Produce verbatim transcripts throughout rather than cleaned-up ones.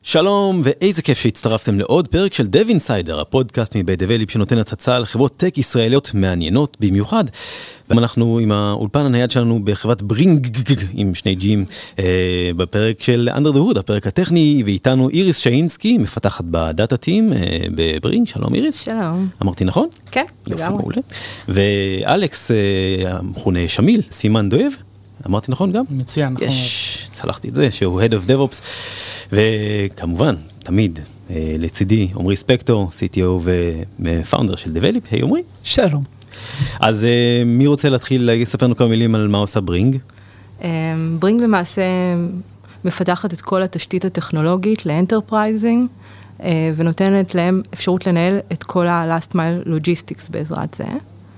שלום, ואיזה כיף שהצטרפתם לעוד פרק של Dev Insider, הפודקאסט מבית דבליפ שנותן הצצה על חברות טק ישראליות מעניינות במיוחד. ואנחנו עם האולפן הנייד שלנו בחברת ברינג, עם שני ג'ים, אה, בפרק של Under the Hood, הפרק הטכני, ואיתנו איריס שיינסקי, מפתחת בדאטה טים אה, בברינג. שלום איריס. שלום. אמרתי נכון? כן, יופי, לגמרי. מעולה. ואלכס, אה, המכונה שמיל, סימן דואב. אמרתי נכון גם? מצוין, נכון. יש, צלחתי את זה, שהוא Head of DevOps. וכמובן, תמיד, אה, לצידי, עומרי ספקטור, סי טי או ופאונדר של דבליפ. היי עומרי. שלום. אז אה, מי רוצה להתחיל לספר לנו כמה מילים על מה עושה ברינג? ברינג למעשה מפתחת את כל התשתית הטכנולוגית לאנטרפרייזינג, ונותנת להם אפשרות לנהל את כל ה-last mile logistics בעזרת זה.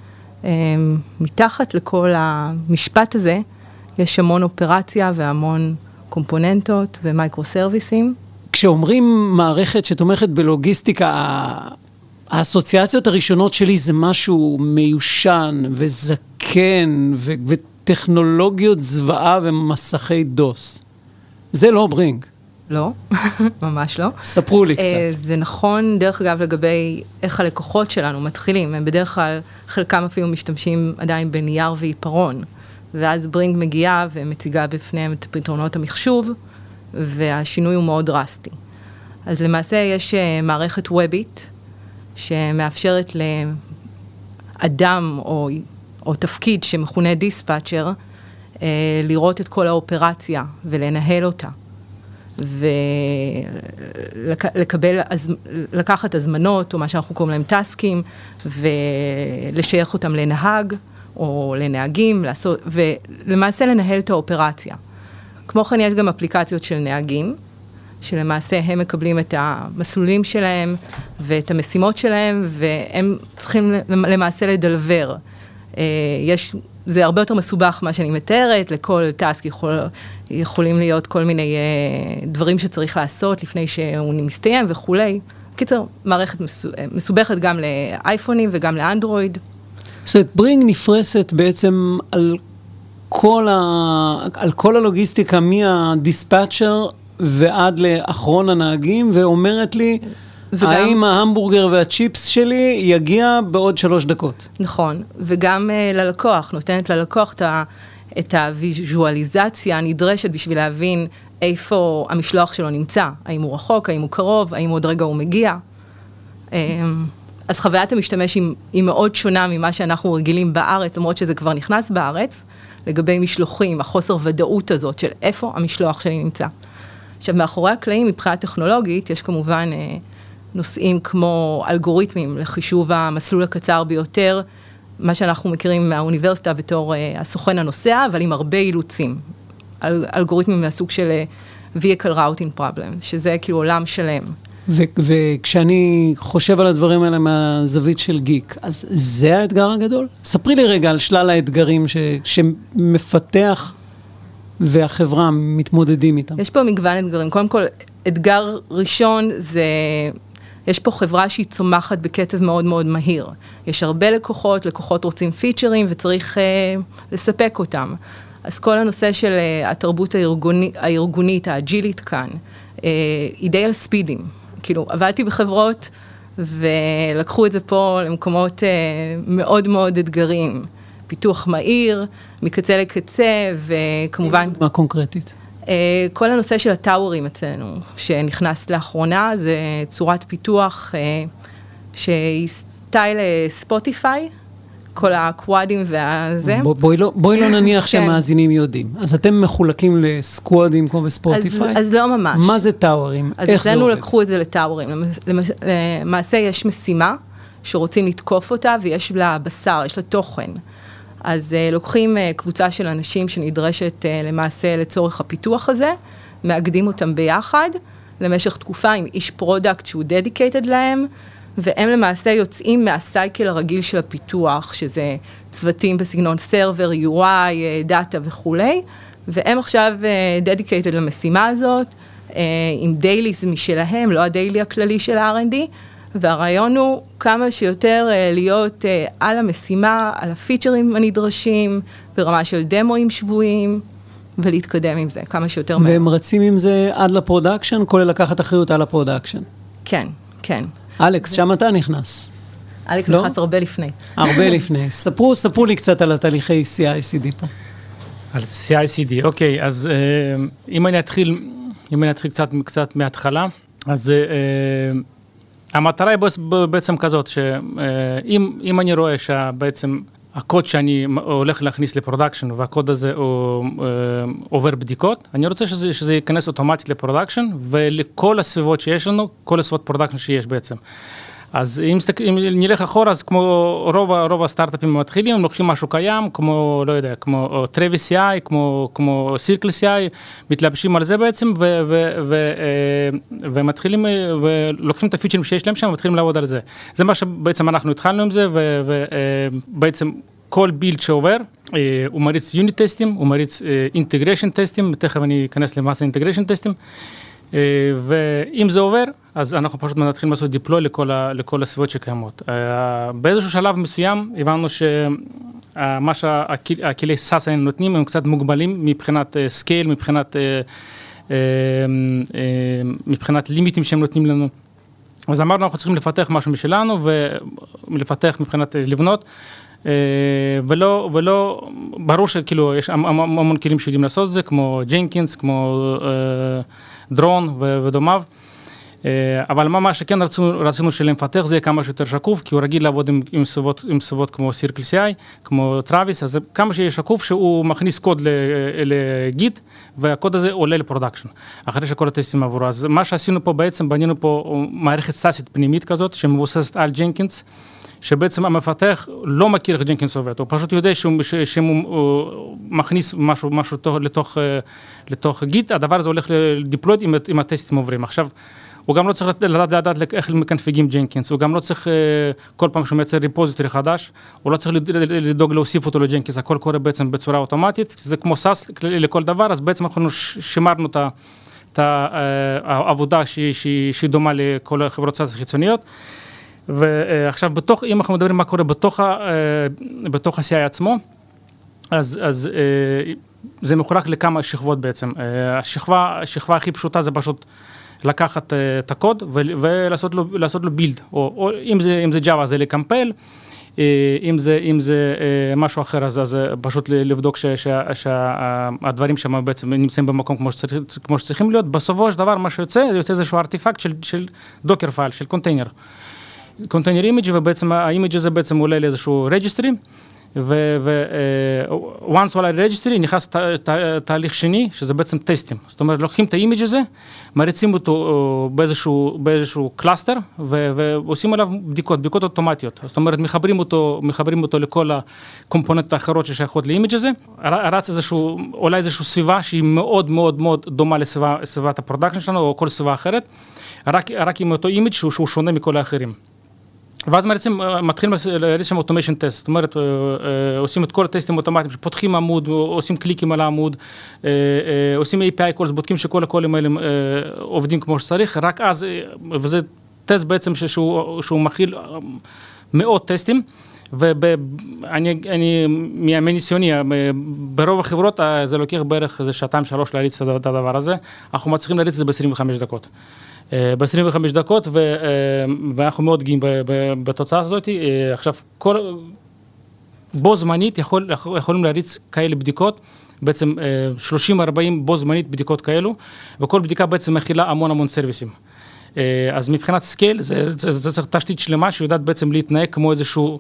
מתחת לכל המשפט הזה, יש המון אופרציה והמון קומפוננטות ומייקרו-סרוויסים. כשאומרים מערכת שתומכת בלוגיסטיקה, האסוציאציות הראשונות שלי זה משהו מיושן וזקן ו- וטכנולוגיות זוועה ומסכי דוס. זה לא ברינג. לא, ממש לא. ספרו לי קצת. זה נכון, דרך אגב, לגבי איך הלקוחות שלנו מתחילים. הם בדרך כלל, חלקם אפילו משתמשים עדיין בנייר ועיפרון. ואז ברינג מגיעה ומציגה בפניהם את פתרונות המחשוב, והשינוי הוא מאוד דרסטי. אז למעשה יש מערכת וובית, שמאפשרת לאדם או, או תפקיד שמכונה דיספאצ'ר, לראות את כל האופרציה ולנהל אותה. ולקבל, לקחת הזמנות, או מה שאנחנו קוראים להם טסקים, ולשייך אותם לנהג, או לנהגים, לעשות, ולמעשה לנהל את האופרציה. כמו כן יש גם אפליקציות של נהגים, שלמעשה הם מקבלים את המסלולים שלהם, ואת המשימות שלהם, והם צריכים למעשה לדלבר. יש, זה הרבה יותר מסובך מה שאני מתארת, לכל טאסק יכול, יכולים להיות כל מיני דברים שצריך לעשות, לפני שהוא מסתיים וכולי. קיצר, מערכת מסובכת גם לאייפונים וגם לאנדרואיד. זאת אומרת, ברינג נפרסת בעצם על כל, ה... על כל הלוגיסטיקה, מהדיספאצ'ר ועד לאחרון הנהגים, ואומרת לי, וגם... האם ההמבורגר והצ'יפס שלי יגיע בעוד שלוש דקות. נכון, וגם uh, ללקוח, נותנת ללקוח את, ה... את הוויזואליזציה הנדרשת בשביל להבין איפה המשלוח שלו נמצא, האם הוא רחוק, האם הוא קרוב, האם עוד רגע הוא מגיע. Um, אז חוויית המשתמש היא, היא מאוד שונה ממה שאנחנו רגילים בארץ, למרות שזה כבר נכנס בארץ, לגבי משלוחים, החוסר ודאות הזאת של איפה המשלוח שלי נמצא. עכשיו, מאחורי הקלעים, מבחינה טכנולוגית, יש כמובן אה, נושאים כמו אלגוריתמים לחישוב המסלול הקצר ביותר, מה שאנחנו מכירים מהאוניברסיטה בתור אה, הסוכן הנוסע, אבל עם הרבה אילוצים. אל, אלגוריתמים מהסוג של אה, vehicle routing problem, שזה כאילו עולם שלם. ו- וכשאני חושב על הדברים האלה מהזווית של גיק, אז זה האתגר הגדול? ספרי לי רגע על שלל האתגרים ש- שמפתח והחברה מתמודדים איתם. יש פה מגוון אתגרים. קודם כל, אתגר ראשון זה, יש פה חברה שהיא צומחת בקצב מאוד מאוד מהיר. יש הרבה לקוחות, לקוחות רוצים פיצ'רים וצריך אה, לספק אותם. אז כל הנושא של אה, התרבות הארגוני, הארגונית, האג'ילית כאן, אה, היא די על ספידים. כאילו, עבדתי בחברות, ולקחו את זה פה למקומות אה, מאוד מאוד אתגריים. פיתוח מהיר, מקצה לקצה, וכמובן... מה קונקרטית? אה, כל הנושא של הטאוורים אצלנו, שנכנס לאחרונה, זה צורת פיתוח אה, שהיא סטייל ספוטיפיי, כל הקוואדים והזה. בוא, בואי, לא, בואי לא נניח שהמאזינים יודעים. אז אתם מחולקים לסקוואדים כמו בספוטיפיי? אז, אז לא ממש. מה זה טאוורים? אז איך זה עובד? אצלנו לקחו את זה לטאוורים. למעשה יש משימה שרוצים לתקוף אותה, ויש לה בשר, יש לה תוכן. אז לוקחים קבוצה של אנשים שנדרשת למעשה לצורך הפיתוח הזה, מאגדים אותם ביחד, למשך תקופה עם איש פרודקט שהוא dedicated להם, והם למעשה יוצאים מהסייקל הרגיל של הפיתוח, שזה צוותים בסגנון סרבר, יו איי, דאטה וכולי, והם עכשיו dedicated למשימה הזאת, עם דייליס משלהם, לא הדיילי הכללי של ה-אר אנד די, והרעיון הוא כמה שיותר להיות על המשימה, על הפיצ'רים הנדרשים, ברמה של דמוים שבויים, ולהתקדם עם זה כמה שיותר מהר. והם רצים עם זה עד לפרודקשן, כולל לקחת אחריות על הפרודקשן. כן, כן. אלכס, שם אתה נכנס. אלכס נכנס הרבה לפני. הרבה לפני. ספרו, ספרו לי קצת על התהליכי סי איי סי די פה. על סי איי סי די, אוקיי, אז אם אני אתחיל, אם אני אתחיל קצת, קצת מההתחלה, אז המטרה היא בעצם כזאת, שאם אני רואה שבעצם הקוד שאני הולך להכניס לפרודקשן, והקוד הזה הוא עובר בדיקות, אני רוצה שזה, שזה ייכנס אוטומטית לפרודקשן, ולכל הסביבות שיש לנו, כל הסביבות פרודקשן שיש בעצם. אז אם, אם נלך אחורה, אז כמו רוב, רוב הסטארט-אפים המתחילים, הם לוקחים משהו קיים, כמו, לא יודע, כמו טרוויס סי איי, כמו, כמו סירקל סי איי, מתלבשים על זה בעצם, ו, ו, ו, ומתחילים, ולוקחים את הפיצ'רים שיש להם שם, ומתחילים לעבוד על זה. זה מה שבעצם אנחנו התחלנו עם זה, ובעצם כל בילד שעובר, הוא מריץ יוניט טסטים, הוא מריץ אינטגריישן טסטים, תכף אני אכנס למעשה אינטגריישן טסטים, ואם זה עובר, אז אנחנו פשוט מתחילים לעשות דיפלוי לכל, לכל הסביבות שקיימות. באיזשהו שלב מסוים, הבנו שמה שהכלי סאס האלה נותנים, הם קצת מוגבלים מבחינת סקייל, מבחינת, מבחינת לימיטים שהם נותנים לנו. אז אמרנו, אנחנו צריכים לפתח משהו משלנו, ולפתח מבחינת לבנות, ולא, ולא, ברור שכאילו, יש המון כלים שיודעים לעשות את זה, כמו ג'נקינס, כמו דרון ודומיו, אבל מה שכן רצינו, רצינו שלמפתח זה יהיה כמה שיותר שקוף, כי הוא רגיל לעבוד עם, עם סביבות, עם סביבות כמו סירקל סי איי, כמו טרוויס, אז כמה שיהיה שקוף שהוא מכניס קוד לגיט, והקוד הזה עולה לפרודקשן, אחרי שכל הטסטים עברו. אז מה שעשינו פה בעצם, בנינו פה מערכת סאסית פנימית כזאת, שמבוססת על ג'נקינס, שבעצם המפתח לא מכיר איך ג'נקינס עובד, הוא פשוט יודע שהוא, שהוא מכניס משהו, משהו לתוך, לתוך גיט, הדבר הזה הולך לדיפלויד אם, אם הטסטים עוברים. עכשיו, הוא גם לא צריך לדעת, לדעת איך מקנפיגים ג'נקינס, הוא גם לא צריך, כל פעם שהוא מייצר ריפוזיטורי חדש, הוא לא צריך לדאוג להוסיף אותו לג'נקינס, הכל קורה בעצם בצורה אוטומטית, זה כמו סאס לכל דבר, אז בעצם אנחנו שימרנו את, את העבודה שהיא, שהיא דומה לכל החברות סאס החיצוניות, ועכשיו בתוך, אם אנחנו מדברים מה קורה בתוך, בתוך ה-סי איי עצמו, אז, אז זה מחולק לכמה שכבות בעצם. השכבה, השכבה הכי פשוטה זה פשוט לקחת את הקוד ולעשות לו, לעשות לו בילד, או, או אם זה, אם זה ג'אווה זה לקמפל, אם זה, אם זה משהו אחר, אז, אז פשוט לבדוק ש, ש, שהדברים שם בעצם נמצאים במקום כמו שצריך, כמו שצריכים להיות. בסופו של דבר מה שיוצא, זה יוצא איזשהו ארטיפקט של, של דוקר פייל, של קונטיינר. קונטיינר אימג' ובעצם האימג' הזה בעצם עולה לאיזשהו רג'יסטרי, ו-once עולה לרג'יסטרי נכנס תהליך שני, שזה בעצם טסטים. זאת אומרת, לוקחים את האימג' הזה, מריצים אותו באיזשהו, באיזשהו קלאסטר, ועושים עליו בדיקות, בדיקות אוטומטיות. זאת אומרת, מחברים אותו, מחברים אותו לכל הקומפוננט האחרות ששייכות לאימג' הזה. רץ איזשהו, עולה איזשהו סביבה שהיא מאוד מאוד מאוד דומה לסביבת הפרודקשן שלנו, או כל סביבה אחרת, רק, רק עם אותו אימג' שהוא, שהוא שונה מכל האחרים. ואז מריצים, מתחילים להריץ שם אוטומיישן טסט, זאת אומרת, עושים את כל הטסטים אוטומטיים, שפותחים עמוד, עושים קליקים על העמוד, עושים איי פי איי קולס, בודקים שכל הקולים האלה עובדים כמו שצריך, רק אז, וזה טסט בעצם שהוא, שהוא מכיל מאות טסטים, ואני, מהניסיוני, ברוב החברות זה לוקח בערך איזה שעתיים שלוש להריץ את הדבר הזה, אנחנו מצליחים להריץ את זה ב-עשרים וחמש דקות. ב-עשרים וחמש דקות, ואנחנו מאוד גאים בתוצאה הזאת. עכשיו, בו זמנית יכולים להריץ כאלה בדיקות, בעצם שלושים ארבעים בו זמנית בדיקות כאלו, וכל בדיקה בעצם מכילה המון המון סרוויסים. אז מבחינת סקייל, זה צריך תשתית שלמה שיודעת בעצם להתנהג כמו איזשהו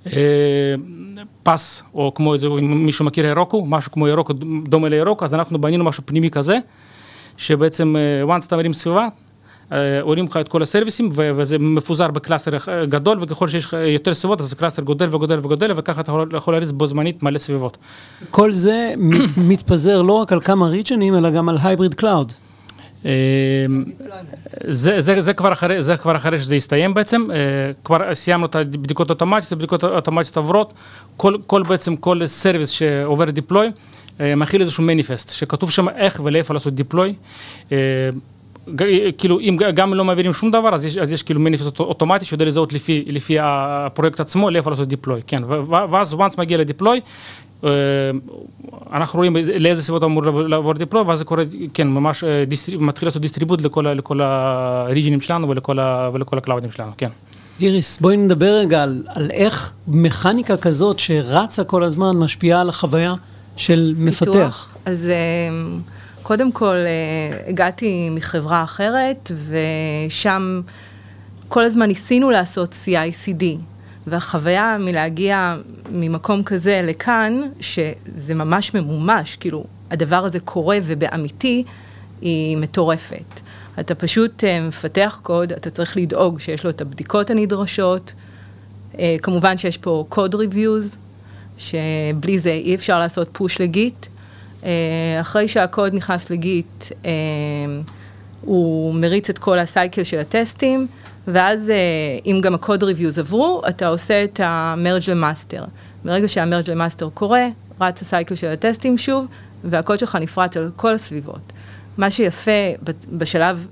פס, או כמו איזה, אם מישהו מכיר אירוקו, משהו כמו אירוקו, דומה לאירוקו, אז אנחנו בנינו משהו פנימי כזה, שבעצם once אתה מרים סביבה, עולים לך את כל הסרוויסים, וזה מפוזר בקלאסטר גדול, וככל שיש יותר סביבות, אז הקלאסטר גודל וגודל וגודל, וככה אתה יכול להריץ בו זמנית מלא סביבות. כל זה מתפזר לא רק על כמה ריג'נים, אלא גם על הייבריד קלאוד. זה כבר אחרי שזה יסתיים בעצם, כבר סיימנו את הבדיקות אוטומטיות, הבדיקות אוטומטיות עוברות, כל בעצם, כל סרוויס שעובר דיפלוי, מכיל איזשהו מניפסט, שכתוב שם איך ולאיפה לעשות דיפלוי, כאילו, אם גם לא מעבירים שום דבר, אז יש, אז יש כאילו מניפסט אוטומטי שיודע לזהות לפי, לפי הפרויקט עצמו, לאיפה לעשות דיפלוי, כן, ואז once מגיע לדיפלוי, אנחנו רואים לאיזה סביבות אמור לעבור דיפלוי, ואז זה קורה, כן, ממש מתחיל לעשות דיסטריבוט לכל הריג'ינים שלנו ולכל הקלאודים שלנו, כן. איריס, בואי נדבר רגע על, על איך מכניקה כזאת שרצה כל הזמן משפיעה על החוויה של מפתח. פיתוח. אז קודם כל הגעתי מחברה אחרת, ושם כל הזמן ניסינו לעשות סי איי סי די, והחוויה מלהגיע ממקום כזה לכאן, שזה ממש ממומש, כאילו הדבר הזה קורה ובאמיתי, היא מטורפת. אתה פשוט מפתח קוד, אתה צריך לדאוג שיש לו את הבדיקות הנדרשות, כמובן שיש פה קוד ריוויוז, שבלי זה אי אפשר לעשות פוש לגיט, אחרי שהקוד נכנס לגיט, הוא מריץ את כל הסייקל של הטסטים, ואז אם גם הקוד ריוויוז עברו, אתה עושה את המרג' למאסטר. ברגע שהמרג' למאסטר קורה, רץ הסייקל של הטסטים שוב, והקוד שלך נפרץ על כל הסביבות. מה שיפה בשלב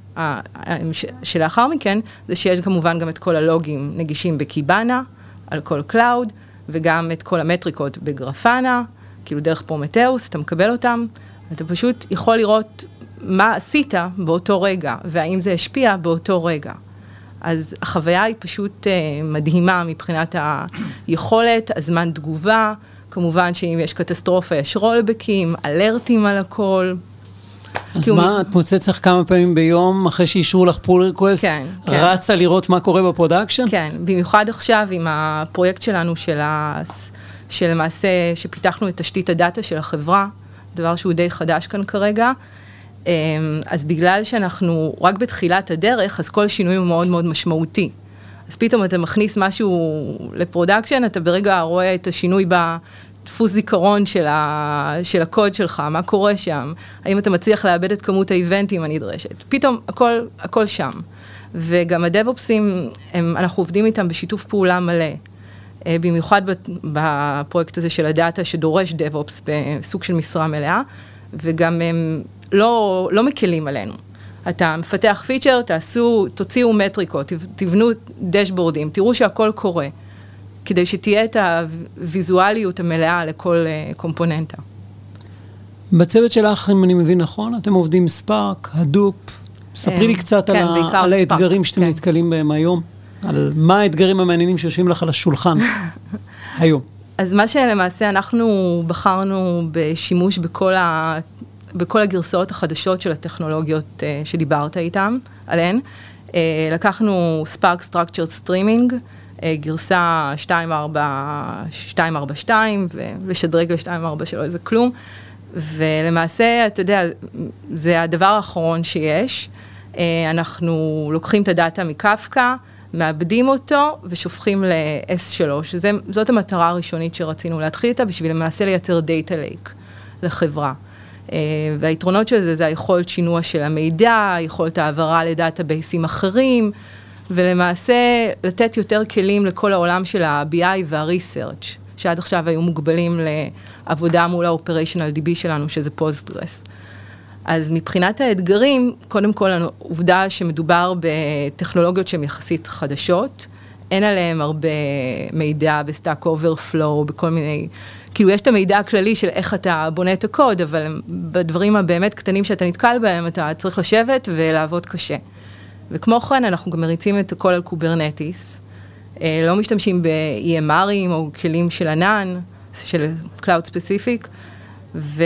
שלאחר מכן, זה שיש כמובן גם את כל הלוגים נגישים בקיבאנה, על כל קלאוד, וגם את כל המטריקות בגרפנה, כאילו דרך פרומטאוס, אתה מקבל אותם, אתה פשוט יכול לראות מה עשית באותו רגע, והאם זה השפיע באותו רגע. אז החוויה היא פשוט מדהימה מבחינת היכולת, הזמן תגובה, כמובן שאם יש קטסטרופה, יש רולבקים, אלרטים על הכל. אז מה, את מוצאת לך כמה פעמים ביום, אחרי שאישרו לך פול ריקווסט, כן, כן. רצה לראות מה קורה בפרודקשן? כן, במיוחד עכשיו עם הפרויקט שלנו של, ה... שלמעשה, שפיתחנו את תשתית הדאטה של החברה, דבר שהוא די חדש כאן כרגע, אז בגלל שאנחנו רק בתחילת הדרך, אז כל שינוי הוא מאוד מאוד משמעותי. אז פתאום אתה מכניס משהו לפרודקשן, אתה ברגע רואה את השינוי בדפוס זיכרון של, ה, של הקוד שלך, מה קורה שם, האם אתה מצליח לאבד את כמות האיבנטים הנדרשת. פתאום הכל, הכל שם. וגם הדב-אופסים, אנחנו עובדים איתם בשיתוף פעולה מלא. במיוחד בפרויקט הזה של הדאטה שדורש דב-אופס בסוג של משרה מלאה, וגם הם לא, לא מקלים עלינו. אתה מפתח פיצ'ר, תעשו, תוציאו מטריקות, תבנו דשבורדים, תראו שהכל קורה, כדי שתהיה את הוויזואליות המלאה לכל קומפוננטה. בצוות שלך, אם אני מבין נכון, אתם עובדים ספארק, הדופ, ספרי לי קצת כן, על, ה, על האתגרים שאתם כן. נתקלים בהם היום, על מה האתגרים המעניינים שיושבים לך על השולחן היום. אז מה שלמעשה אנחנו בחרנו בשימוש בכל ה... בכל הגרסאות החדשות של הטכנולוגיות uh, שדיברת איתם, עליהן. Uh, לקחנו Spark Structured Streaming, uh, גרסה שתיים ארבע שתיים, ולשדרג ל-שתיים ארבע שלוש זה כלום, ולמעשה, אתה יודע, זה הדבר האחרון שיש. Uh, אנחנו לוקחים את הדאטה מקפקא, מאבדים אותו ושופכים ל-אס שלוש. זה, זאת המטרה הראשונית שרצינו להתחיל איתה, בשביל למעשה לייצר דאטה לייק לחברה. והיתרונות של זה, זה היכולת שינוע של המידע, יכולת העברה לדאטאבייסים אחרים, ולמעשה לתת יותר כלים לכל העולם של ה-בי איי וה-Research, שעד עכשיו היו מוגבלים לעבודה מול ה-Operational די בי שלנו, שזה Postgres. אז מבחינת האתגרים, קודם כל, העובדה שמדובר בטכנולוגיות שהן יחסית חדשות, אין עליהן הרבה מידע בסטאק אוברפלואו, בכל מיני... כאילו יש את המידע הכללי של איך אתה בונה את הקוד, אבל בדברים הבאמת קטנים שאתה נתקל בהם, אתה צריך לשבת ולעבוד קשה. וכמו כן, אנחנו גם מריצים את הכל על קוברנטיס, לא משתמשים ב-אי אם ארים או כלים של ענן, של Cloud Specific, ו...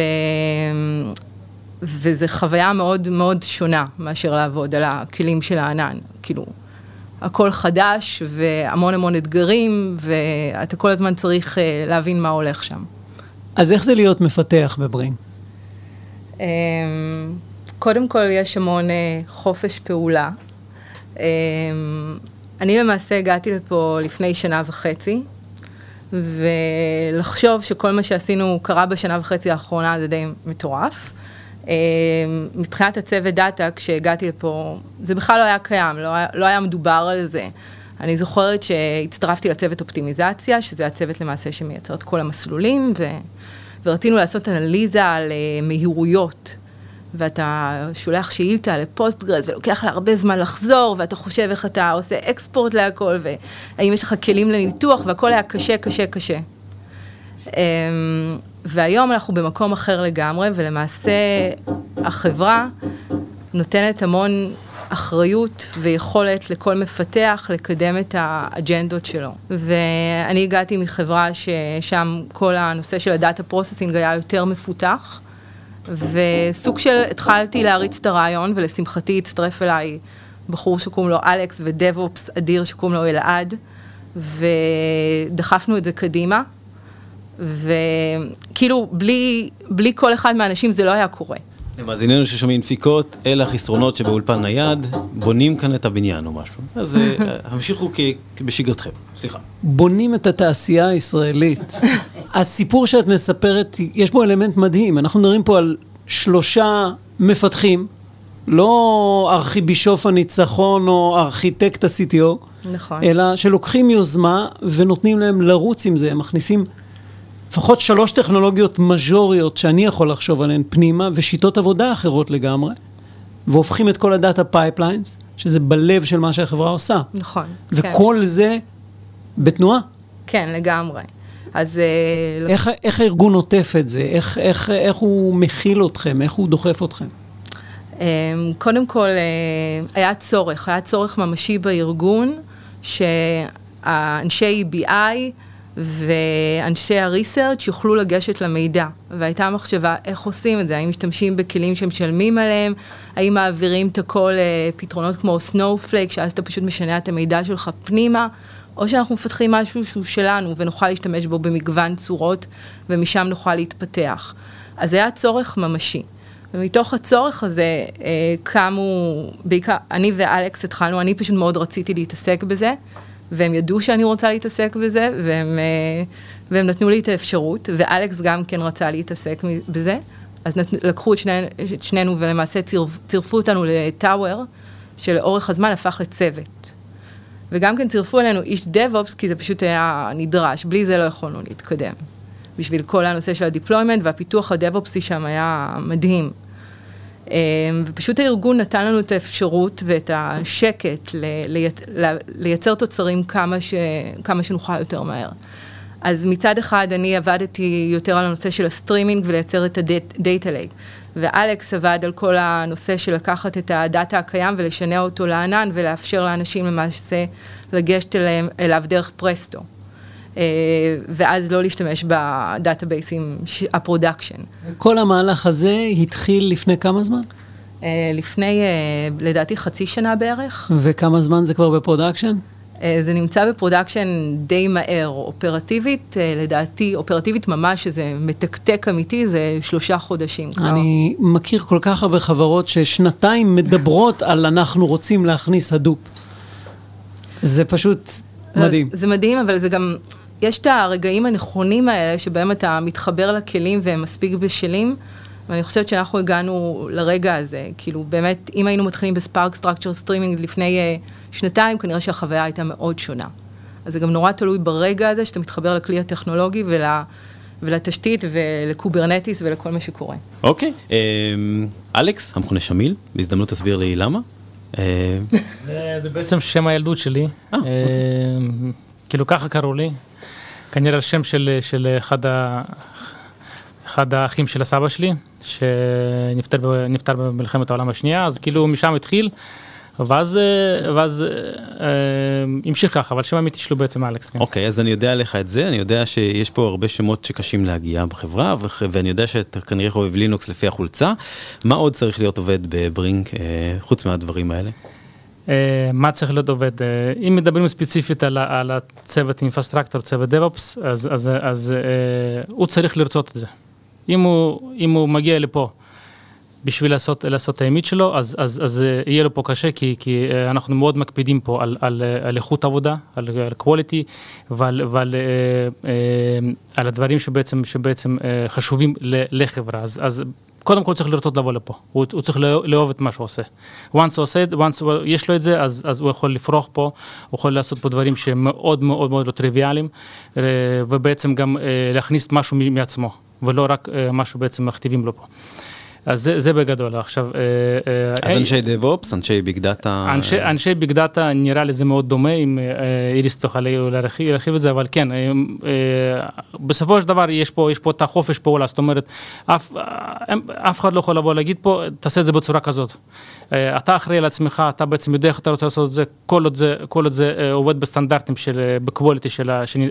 וזה חוויה מאוד מאוד שונה מאשר לעבוד על הכלים של הענן. כאילו, הכל חדש והמון המון אתגרים, ואתה כל הזמן צריך להבין מה הולך שם. אז איך זה להיות מפתח בברינג? קודם כל יש המון חופש פעולה. אני למעשה הגעתי לפה לפני שנה וחצי, ולחשוב שכל מה שעשינו קרה בשנה וחצי האחרונה זה די מטורף. מבחינת הצוות דאטה, כשהגעתי לפה, זה בכלל לא היה קיים, לא היה, לא היה מדובר על זה. אני זוכרת שהצטרפתי לצוות אופטימיזציה, שזה הצוות למעשה שמייצר את כל המסלולים, ו, ורצינו לעשות אנליזה על מהירויות, ואתה שולח שאילתה לפוסטגרס, ולוקח לה הרבה זמן לחזור, ואתה חושב איך אתה עושה אקספורט להכל, והאם יש לך כלים לניתוח, והכל היה קשה, קשה, קשה. והיום אנחנו במקום אחר לגמרי, ולמעשה החברה נותנת המון אחריות ויכולת לכל מפתח לקדם את האג'נדות שלו. ואני הגעתי מחברה ששם כל הנושא של הדאטה פרוססינג היה יותר מפותח, וסוג של התחלתי להריץ את הרעיון, ולשמחתי הצטרף אליי בחור שקוראים לו אלכס ודב-אופס אדיר שקוראים לו אלעד, ודחפנו את זה קדימה, וכאילו בלי, בלי כל אחד מהאנשים זה לא היה קורה. למאזיננו ששומעים דפיקות, אלה החסרונות שבאולפן נייד, בונים כאן את הבניין או משהו. אז המשיכו בשגרתכם, סליחה. בונים את התעשייה הישראלית. הסיפור שאת מספרת, יש בו אלמנט מדהים. אנחנו מדברים פה על שלושה מפתחים, לא ארכיבישוף הניצחון או ארכיטקט ה-סי טי או, נכון. אלא שלוקחים יוזמה ונותנים להם לרוץ עם זה. הם מכניסים לפחות שלוש טכנולוגיות מז'וריות שאני יכול לחשוב עליהן פנימה, ושיטות עבודה אחרות לגמרי, והופכים את כל הדאטה פייפליינס, שזה בלב של מה שהחברה עושה. נכון. וכל כן. זה בתנועה. כן, לגמרי. אז... איך, איך הארגון נוטף את זה? איך, איך, איך הוא מכיל אתכם? איך הוא דוחף אתכם? קודם כל, היה צורך, היה צורך ממשי בארגון, שהאנשי בי איי ואנשי הריסרצ' יוכלו לגשת למידע. והייתה מחשבה איך עושים את זה, האם משתמשים בכלים שמשלמים עליהם, האם מעבירים את הכל לפתרונות כמו סנואופלייק, שאז אתה פשוט משנה את המידע שלך פנימה, או שאנחנו מפתחים משהו שהוא שלנו, ונוכל להשתמש בו במגוון צורות, ומשם נוכל להתפתח. אז היה צורך ממשי. ומתוך הצורך הזה קמו, בעיקר אני ואלכס התחלנו, אני פשוט מאוד רציתי להתעסק בזה, והם ידעו שאני רוצה להתעסק בזה, והם, והם נתנו לי את האפשרות, ואלכס גם כן רצה להתעסק בזה, אז נת, לקחו את, שני, את שנינו, ולמעשה צירפ, צירפו אותנו לטאוור, שלאורך הזמן הפך לצוות. וגם כן צירפו אלינו איש דב-אופס, כי זה פשוט היה נדרש, בלי זה לא יכולנו להתקדם. בשביל כל הנושא של הדיפלוימנט, והפיתוח הדב-אופסי שם היה מדהים. ופשוט הארגון נתן לנו את האפשרות ואת השקט לייצר תוצרים כמה, ש... כמה שנוכל יותר מהר. אז מצד אחד אני עבדתי יותר על הנושא של הסטרימינג ולייצר את הדאטה לייק, ואלכס עבד על כל הנושא של לקחת את הדאטה הקיים ולשנע אותו לענן ולאפשר לאנשים למעשה לגשת אליהם, אליו דרך פרסטו. ואז לא להשתמש בדאטאבייסים, הפרודקשן. כל המהלך הזה התחיל לפני כמה זמן? לפני, לדעתי, חצי שנה בערך. וכמה זמן זה כבר בפרודקשן? זה נמצא בפרודקשן די מהר, אופרטיבית, לדעתי, אופרטיבית ממש, שזה מתקתק אמיתי, זה שלושה חודשים. אני כבר. מכיר כל כך הרבה חברות ששנתיים מדברות על אנחנו רוצים להכניס הדופ. זה פשוט מדהים. זה מדהים, אבל זה גם, יש את הרגעים הנכונים האלה, שבהם אתה מתחבר לכלים והם מספיק בשלים, ואני חושבת שאנחנו הגענו לרגע הזה, כאילו באמת, אם היינו מתחילים בספארק סטרקצ'ר סטרימינג לפני uh, שנתיים, כנראה שהחוויה הייתה מאוד שונה. אז זה גם נורא תלוי ברגע הזה, שאתה מתחבר לכלי הטכנולוגי ול, ולתשתית ולקוברנטיס ולכל מה שקורה. אוקיי. Okay. Um, אלכס, המכונה שמיל, בהזדמנות תסביר לי למה. זה בעצם שם הילדות שלי. כאילו ככה קראו לי. כנראה השם של אחד האחים של הסבא שלי, שנפטר במלחמת העולם השנייה, אז כאילו משם התחיל, ואז המשיך ככה, אבל שם האמיתי שלו בעצם אלכס. אוקיי, אז אני יודע לך את זה, אני יודע שיש פה הרבה שמות שקשים להגיע בחברה, ואני יודע שאתה כנראה חובב לינוקס לפי החולצה. מה עוד צריך להיות עובד בברינק, חוץ מהדברים האלה? מה צריך להיות עובד? אם מדברים ספציפית על הצוות אינפרסטרקטור, צוות דב-אופס, אז הוא צריך לרצות את זה. אם הוא מגיע לפה בשביל לעשות, לעשות האמית שלו, אז, אז, אז יהיה לו פה קשה, כי, כי אנחנו מאוד מקפידים פה על, על, על איכות עבודה, על, על quality, ועל, ועל על הדברים שבעצם, שבעצם חשובים לחברה. אז, אז קודם כל צריך לרצות לבוא לפה. הוא, הוא צריך לאהוב את מה שהוא עושה. once הוא עושה את זה, once יש לו את זה, אז, אז הוא יכול לפרוח פה, הוא יכול לעשות פה דברים שהם מאוד מאוד מאוד לא טריוויאליים, ובעצם גם להכניס משהו מעצמו, ולא רק משהו בעצם מכתיבים לו פה. אז זה, זה בגדול. עכשיו, אז אנשי DevOps, אנשי ביג דאטה... אנשי, אנשי ביג דאטה נראה לי זה מאוד דומה, אם איריס תוכל להרחיב את זה, אבל כן, בסופו של דבר יש פה, יש פה את החופש פעולה, זאת אומרת, אף, אף אחד לא יכול לבוא להגיד פה, תעשה את זה בצורה כזאת. אתה אחראי על עצמך, אתה בעצם יודע איך אתה רוצה לעשות את זה, כל עוד זה, כל עוד זה עובד בסטנדרטים של, בקווליטי של,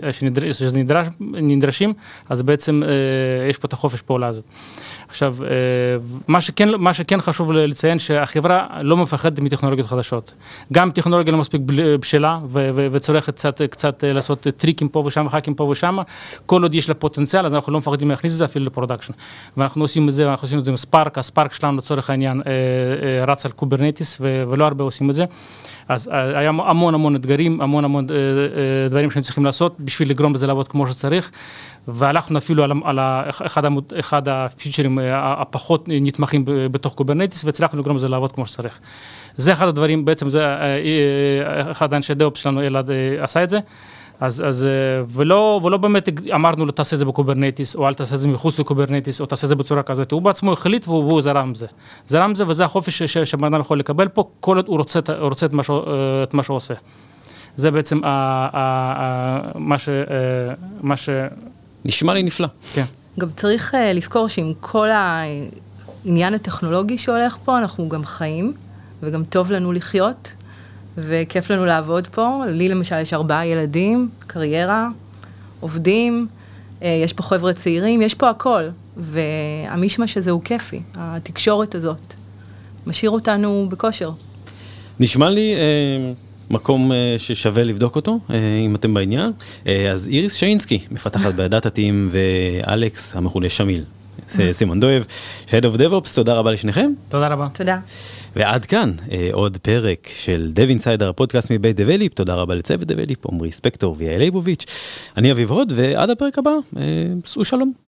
שנדרשים, אז בעצם יש פה את החופש פעולה הזאת. עכשיו, מה שכן, מה שכן חשוב לציין שהחברה לא מפחדת מטכנולוגיות חדשות. גם טכנולוגיה לא מספיק בשלה, וצורך קצת, קצת לעשות טריקים פה ושם, חקים פה ושם, כל עוד יש לה פוטנציאל, אז אנחנו לא מפחדים להכניס את זה אפילו לפרודקשן. ואנחנו עושים את זה, אנחנו עושים את זה עם ספארק, הספארק שלנו לצורך העניין רץ על קוברנטיס, ולא הרבה עושים את זה. אז היה המון המון אתגרים, המון המון דברים שהם צריכים לעשות, בשביל לגרום לזה לעבוד כמו שצריך. והלכנו אפילו על, על אחד, אחד הפיצ'רים הפחות נתמכים בתוך קוברנטיס, והצלחנו לגרום לזה לעבוד כמו שצריך. זה אחד הדברים, בעצם זה אחד האנשי דאופס שלנו, אלעד עשה את זה, אז, אז, ולא, ולא באמת אמרנו לו, תעשה את זה בקוברנטיס, או אל תעשה את זה מחוץ לקוברנטיס, או תעשה את זה בצורה כזאת. הוא בעצמו החליט, והוא, והוא זרם זה. זרם זה, וזה החופש שבן אדם יכול לקבל פה, כל עוד הוא רוצה, הוא רוצה את מה שהוא, את מה שהוא עושה. זה בעצם ה, ה, ה, מה ש... מה ש נשמע לי נפלא. כן. גם צריך uh, לזכור שעם כל העניין הטכנולוגי שהולך פה, אנחנו גם חיים, וגם טוב לנו לחיות, וכיף לנו לעבוד פה. לי למשל יש ארבעה ילדים, קריירה, עובדים, uh, יש פה חבר'ה צעירים, יש פה הכל, והמשמש הזה הוא כיפי, התקשורת הזאת, משאיר אותנו בכושר. נשמע לי... Uh... מקום ששווה לבדוק אותו, אם אתם בעניין. אז איריס שיינסקי, מפתחת בדאטה טים, ואלכס, המכונה שמיל, סימון דואב, Head of DevOps, תודה רבה לשניכם. תודה רבה. תודה. ועד כאן, עוד פרק של Dev Insider, הפודקאסט מבית דבליפ, תודה רבה לצוות דבליפ, עומרי ספקטור ויעל ליבוביץ'. אני אביב הוד, ועד הפרק הבא, סעו שלום.